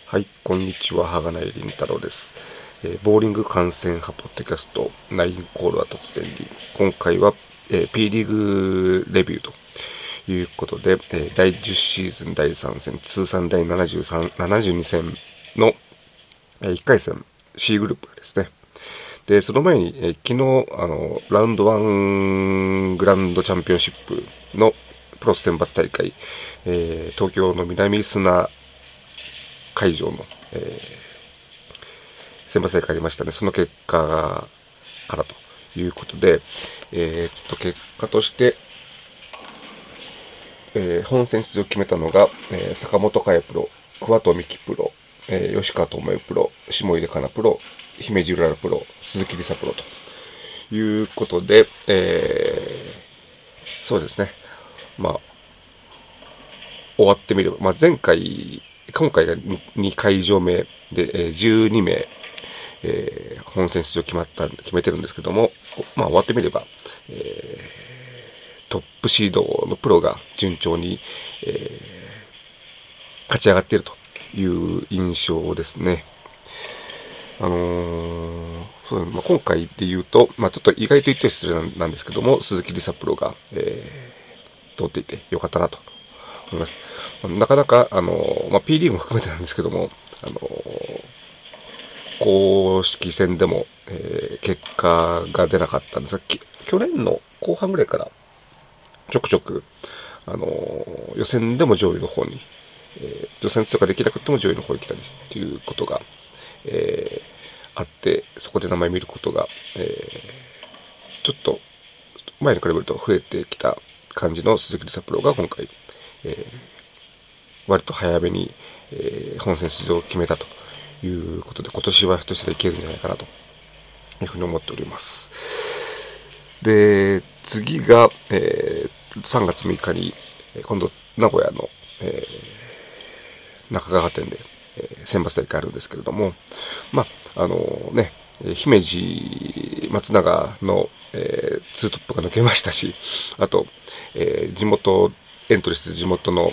はい、こんにちは、はがないりんたろうです。ボーリング観戦派ポッドキャスト、ナインコールは突然に、今回は、P リーグレビューということで、第10シーズン第3戦、通算第73、72戦の、1回戦 C グループですね。で、その前に、昨日、ラウンド1グランドチャンピオンシップのプロス選抜大会、東京の南砂会場の、選抜大会ありましたね。その結果からということで、結果として、本戦出場を決めたのが、坂本佳也プロ、桑藤美希プロ、吉川智恵プロ、下出香奈プロ、姫路うららプロ、鈴木梨沙プロということで、そうですね。まあ、終わってみれば、まあ、今回が2会場目で、12名、本戦出場決めてるんですけども、まあ終わってみれば、トップシードのプロが順調に、勝ち上がっているという印象ですね。そうまあ、今回で言うと、まあ、ちょっと意外と言っては失礼なんですけども、鈴木梨沙プロが、通っていてよかったなと思います。なかなか、まあ、P リーグも含めてなんですけども、公式戦でも、結果が出なかったんですが、去年の後半ぐらいからちょくちょく、予選でも上位の方に、予選通過できなくても上位の方に来たりっていうことが、あって、そこで名前見ることが、ちょっと前に比べると増えてきた感じの鈴木梨沙プロが今回、割と早めに、本戦出場を決めたということで、今年はひょっとしたらいけるんじゃないかなというふうに思っております。で、次が、3月6日に、今度名古屋の、中川店で、選抜大会あるんですけれども、まあ、姫路松永の、ツートップが抜けましたし、あと、エントリーしてる地元の、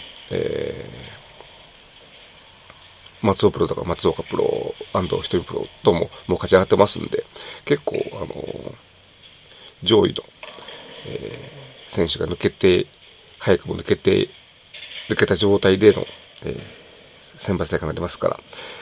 松尾プロとか松岡プロ、安藤ひとみプロともう勝ち上がってますんで、結構、上位の、選手が早くも抜けた状態での、選抜大会になりますから、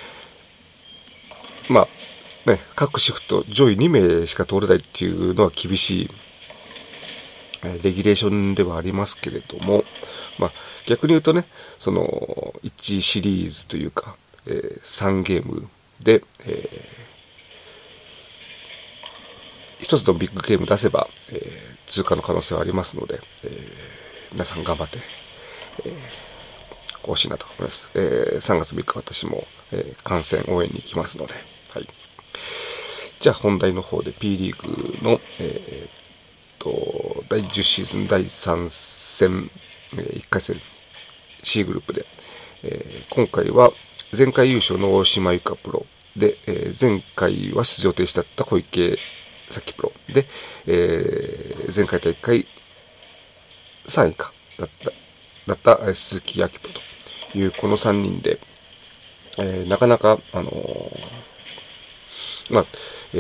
まあ、ね、各シフト上位2名しか通れないっていうのは厳しい、レギュレーションではありますけれども、まあ、逆に言うとね、その、1シリーズというか、3ゲームで、一つのビッグゲーム出せば、通過の可能性はありますので、皆さん頑張って、ほしいなと思います。3月3日私も、観戦応援に行きますので、はい。じゃあ本題の方で P リーグの、第10シーズン第3戦、1回戦 C グループで、今回は前回優勝の大島由香プロで、前回は出場停止だった小池咲プロで、前回大会3位だった鈴木明プロというこの3人で、なかなか、まあ、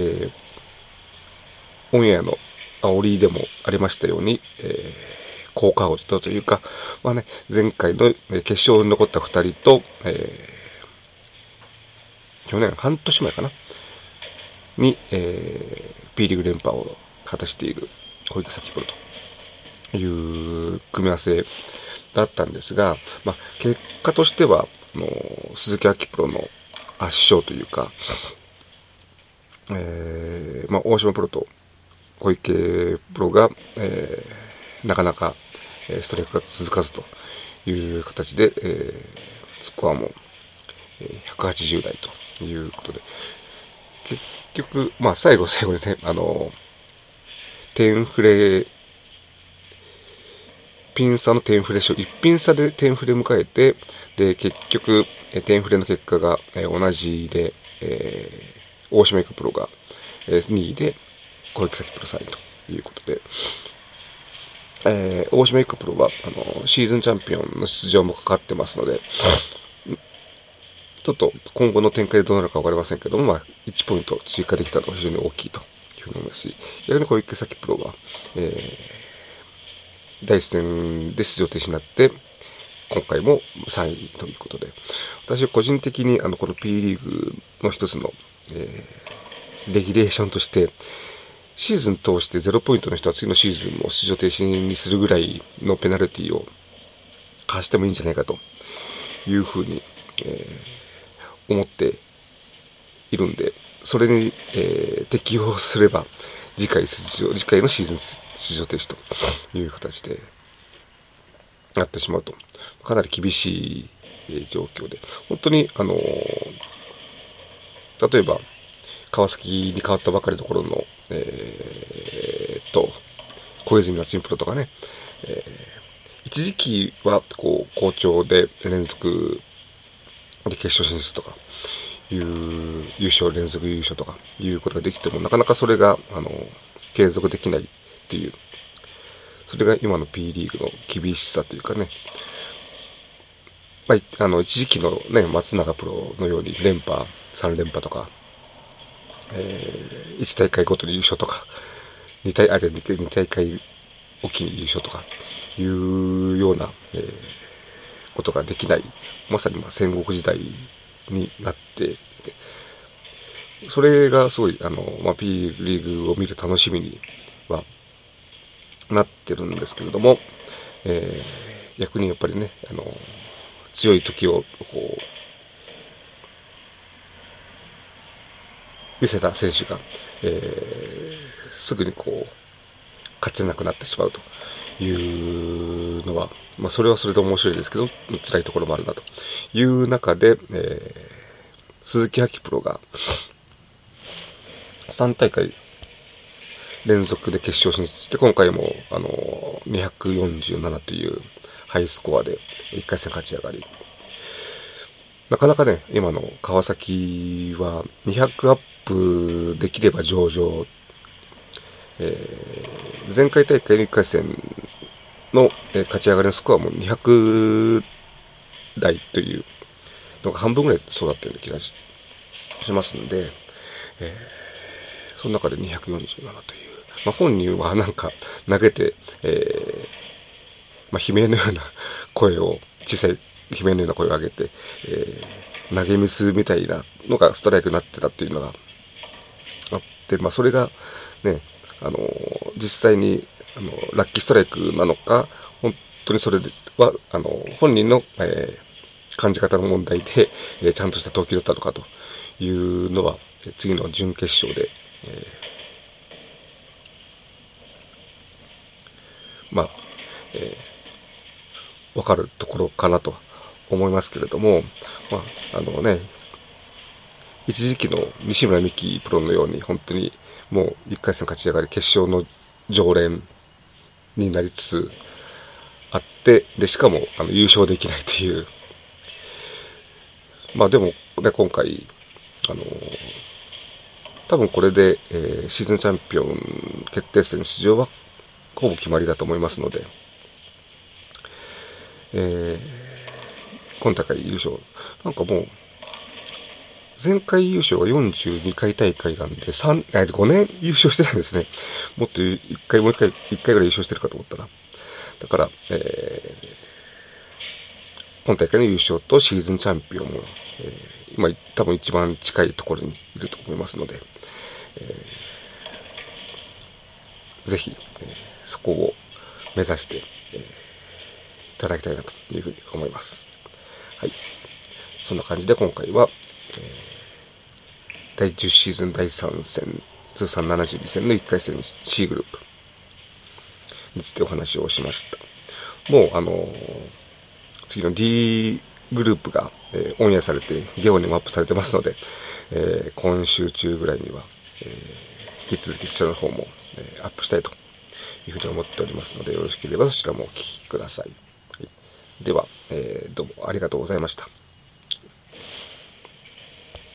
オンエアの煽りでもありましたように、好カウトというか、まあね、前回の決勝に残った2人と、去年半年前かなに、P リーグ連覇を果たしている小池咲プロという組み合わせだったんですが、まあ、結果としては鈴木明プロの圧勝というか、まあ、大島プロと小池プロが、なかなかストライクが続かずという形で、スコアも180台ということで、結局、まあ最後にね、ピン差の10フレ1ピン差で10フレ迎えて、で、結局、10フレの結果が同じで、大島由香プロが2位で、小池咲プロ3位ということで、大島由香プロはシーズンチャンピオンの出場もかかってますので、 ちょっと今後の展開でどうなるか分かりませんけども、1ポイント追加できたのは非常に大きいというふうに思いますし、逆に池崎プロは、第一戦で出場停止になって、今回も3位ということで、私は個人的にこの P リーグの一つの、レギュレーションとして、シーズン通して0ポイントの人は次のシーズンも出場停止にするぐらいのペナルティを課してもいいんじゃないかというふうに、思っているんで、それに、適用すれば次回のシーズン出場停止という形でなってしまうと、かなり厳しい状況で、本当に例えば川崎に変わったばかりの頃の小泉夏美プロとかね、一時期は好調で連続で決勝進出とかいう連続優勝とかいうことができても、なかなかそれが継続できないっていう、それが今の P リーグの厳しさというかね、一時期のね、松永プロのように3連覇とか、1大会ごとに優勝とか、2大会おきに優勝とかいうような、ことができない、まさに戦国時代になっていて、それがすごいP リーグを見る楽しみにはなってるんですけれども、逆にやっぱりね、強い時を見せた選手が、すぐに勝てなくなってしまうというのは、それはそれで面白いですけど、辛いところもあるなという中で、鈴木亜希プロが3大会連続で決勝進出して、今回も247というハイスコアで1回戦勝ち上がり、なかなかね、今の川崎は200アップできれば上々、前回大会の1回戦の勝ち上がりのスコアも200台というのが半分ぐらいそうだったような気がしますので、その中で247という、本人はなんか投げて、悲鳴のような声を、小さい悲鳴のような声を上げて、投げミスみたいなのがストライクになってたっていうのがあって、それがね、実際にラッキーストライクなのか、本当にそれは本人の、感じ方の問題で、ちゃんとした投球だったのかというのは、次の準決勝で、わかるところかなと思いますけれども、一時期の西村美樹プロのように本当にもう1回戦勝ち上がり決勝の常連になりつつあって、でしかも優勝できないという、でもね、今回多分これで、シーズンチャンピオン決定戦出場はほぼ決まりだと思いますので、今大会優勝、なんかもう前回優勝が42回大会なんで5年優勝してたんですね。もっともう1回ぐらい優勝してるかと思ったら、だから、今大会の優勝とシーズンチャンピオンも、今多分一番近いところにいると思いますので、ぜひ、そこを目指して、いただきたいなというふうに思います。はい。そんな感じで今回は、第10シーズン第3戦、通算72戦の1回戦 C グループについてお話をしました。もう次の D グループが、オンエアされてゲオにもアップされてますので、今週中ぐらいには、引き続きそちらの方も、アップしたいというふうに思っておりますので、よろしければそちらもお聞きください。はい、では、どうもありがとうございました。